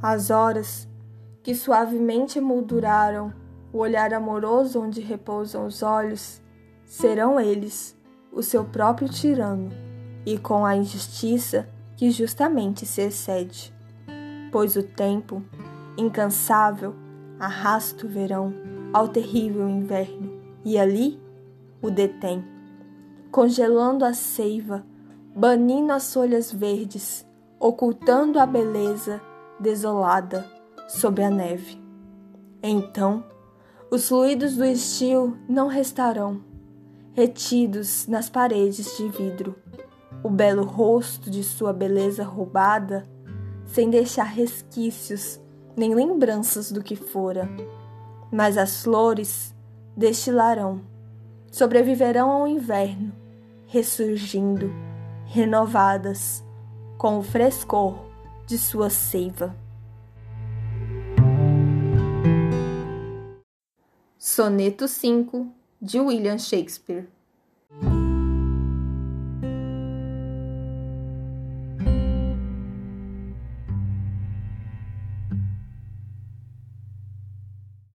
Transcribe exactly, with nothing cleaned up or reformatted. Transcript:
As horas que suavemente emolduraram o olhar amoroso onde repousam os olhos, serão eles o seu próprio tirano, e com a injustiça que justamente se excede. Pois o tempo, incansável, arrasta o verão ao terrível inverno, e ali o detém, congelando a seiva, banindo as folhas verdes, ocultando a beleza desolada sob a neve. Então, os fluidos do estio não restarão, retidos nas paredes de vidro, o belo rosto de sua beleza roubada, sem deixar resquícios nem lembranças do que fora. Mas as flores destilarão, sobreviverão ao inverno, ressurgindo, renovadas, com o frescor de sua seiva. Soneto cinco, de William Shakespeare.